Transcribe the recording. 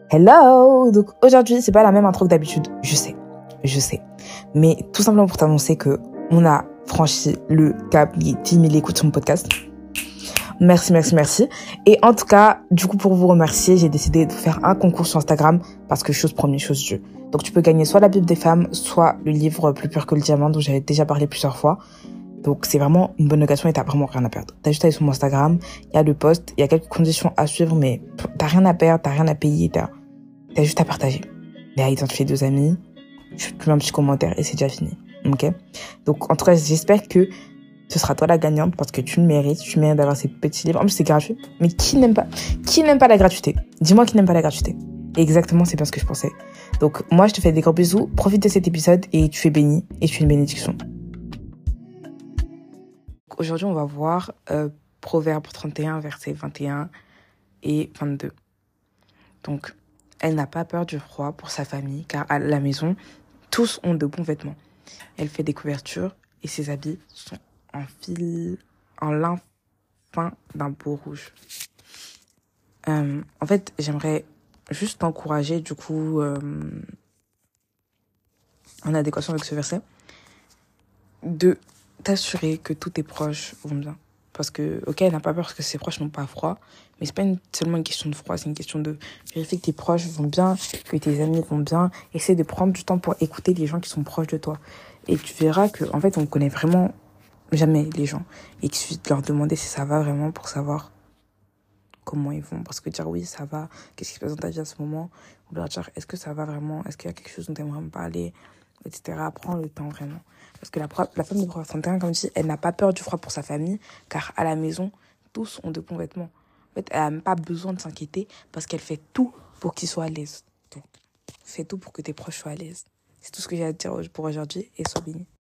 Hello! Donc aujourd'hui, c'est pas la même intro que d'habitude, je sais. Mais tout simplement pour t'annoncer que on a franchi le cap des 10 000 écoutes sur mon podcast. Merci. Et en tout cas, du coup, pour vous remercier, j'ai décidé de faire un concours sur Instagram parce que chose première, chose Dieu. Donc tu peux gagner soit la Bible des femmes, soit le livre Plus pur que le diamant dont j'avais déjà parlé plusieurs fois. Donc c'est vraiment une bonne occasion et t'as vraiment rien à perdre. T'as juste à aller sur mon Instagram, il y a le post, il y a quelques conditions à suivre, mais t'as rien à perdre, t'as rien à payer, t'as juste à partager. Et à identifier 2 amis, tu mets un petit commentaire et c'est déjà fini. Ok? Donc en tout cas, j'espère que ce sera toi la gagnante parce que tu le mérites, tu mérites d'avoir ces petits livres. En plus, c'est gratuit. Mais qui n'aime pas la gratuité? Dis-moi qui n'aime pas la gratuité. Et exactement, c'est bien ce que je pensais. Donc moi, je te fais des gros bisous. Profite de cet épisode et tu es béni et tu es une bénédiction. Aujourd'hui, on va voir Proverbe 31, versets 21 et 22. Donc, elle n'a pas peur du froid pour sa famille, car à la maison, tous ont de bons vêtements. Elle fait des couvertures et ses habits sont en lin fin d'un beau rouge. En fait, j'aimerais juste t'encourager, du coup, en adéquation avec ce verset, de t'assurer que tous tes proches vont bien. Parce que, ok, elle n'a pas peur parce que ses proches n'ont pas froid, mais c'est pas seulement une question de froid, c'est une question de vérifier que tes proches vont bien, que tes amis vont bien. Essaie de prendre du temps pour écouter les gens qui sont proches de toi. Et tu verras que, en fait, on connaît vraiment jamais les gens. Et qu'il suffit de leur demander si ça va vraiment pour savoir comment ils vont. Parce que dire oui, ça va, qu'est-ce qui se passe dans ta vie à ce moment, ou leur dire est-ce que ça va vraiment, est-ce qu'il y a quelque chose dont tu aimerais me parler, etc. Prends le temps vraiment. Parce que la femme de Proverbe 31, comme je dis, elle n'a pas peur du froid pour sa famille, car à la maison, tous ont de bons vêtements. En fait, elle n'a même pas besoin de s'inquiéter parce qu'elle fait tout pour qu'ils soient à l'aise. Donc, fais tout pour que tes proches soient à l'aise. C'est tout ce que j'ai à te dire pour aujourd'hui et sois béni.